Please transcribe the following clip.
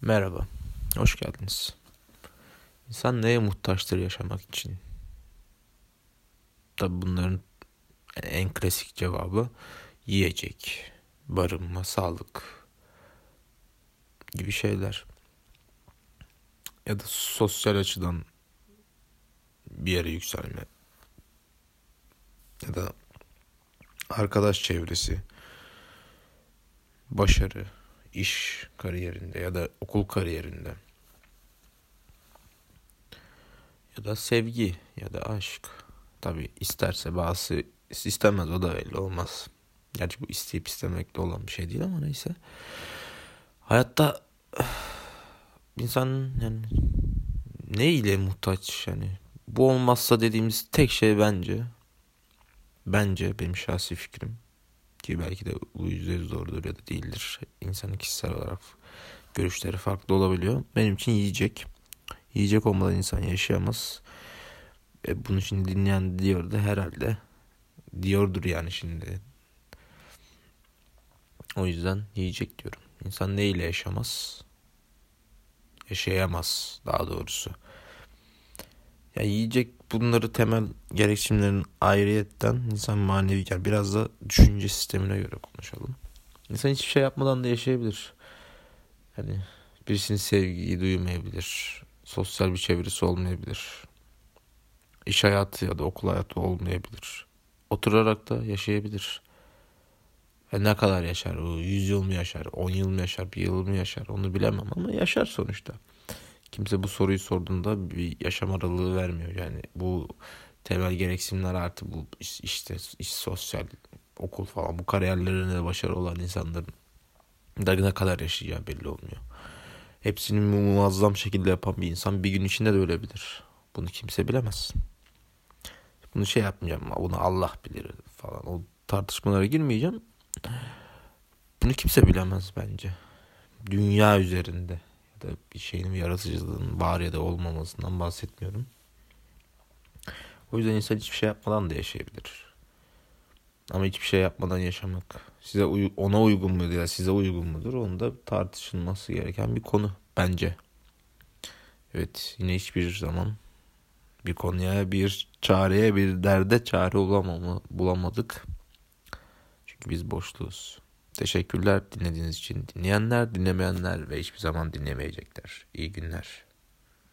Merhaba, hoş geldiniz. İnsan neye muhtaçtır yaşamak için? Tabii bunların en klasik cevabı yiyecek, barınma, sağlık gibi şeyler. Ya da sosyal açıdan bir yere yükselme. Ya da arkadaş çevresi, başarı, iş kariyerinde ya da okul kariyerinde. Ya da sevgi ya da aşk. Tabii isterse bazısı istemez, o da öyle olmaz. Gerçi bu isteyip istemekle olan bir şey değil ama neyse. Hayatta insan yani ne ile muhtaç yani bu olmazsa dediğimiz tek şey bence benim şahsi fikrim ki belki de bu %100 doğrudur ya da değildir. İnsanın kişisel olarak görüşleri farklı olabiliyor. Benim için yiyecek olmadan insan yaşayamaz. Bunu şimdi dinleyen diyordu herhalde. Diyordur yani şimdi. O yüzden yiyecek diyorum. İnsan ne ile yaşamaz? Yaşayamaz daha doğrusu. Ya yiyecek bunları temel gereksinimlerin ayrıyetten insan manevi yani biraz da düşünce sistemine göre konuşalım. İnsan hiçbir şey yapmadan da yaşayabilir. Yani birisinin sevgiyi duymayabilir. Sosyal bir çevresi olmayabilir. İş hayatı ya da okul hayatı olmayabilir. Oturarak da yaşayabilir. Ne kadar yaşar? 100 yıl mı yaşar? 10 yıl mı yaşar? Bir yıl mı yaşar? Onu bilemem ama yaşar sonuçta. Kimse bu soruyu sorduğunda bir yaşam aralığı vermiyor. Yani bu temel gereksinimler artı bu işte sosyal okul falan bu kariyerlerinde başarılı olan insanların da ne kadar yaşayacağı belli olmuyor. Hepsini muazzam şekilde yapan bir insan bir gün içinde de ölebilir. Bunu kimse bilemez. Bunu şey yapmayacağım. Bunu Allah bilir falan. O tartışmalara girmeyeceğim. Bunu kimse bilemez bence. Dünya üzerinde ya da bir şeyin yaratıcılığının var ya da olmamasından bahsetmiyorum. O yüzden insan hiçbir şey yapmadan da yaşayabilir. Ama hiçbir şey yapmadan yaşamak ona uygun mudur ya size uygun mudur? Onu da tartışılması gereken bir konu bence. Evet, yine hiçbir zaman bir konuya, bir çareye, bir derde çare bulamadık. Çünkü biz boşluğuz. Teşekkürler dinlediğiniz için. Dinleyenler, dinlemeyenler ve hiçbir zaman dinlemeyecekler. İyi günler.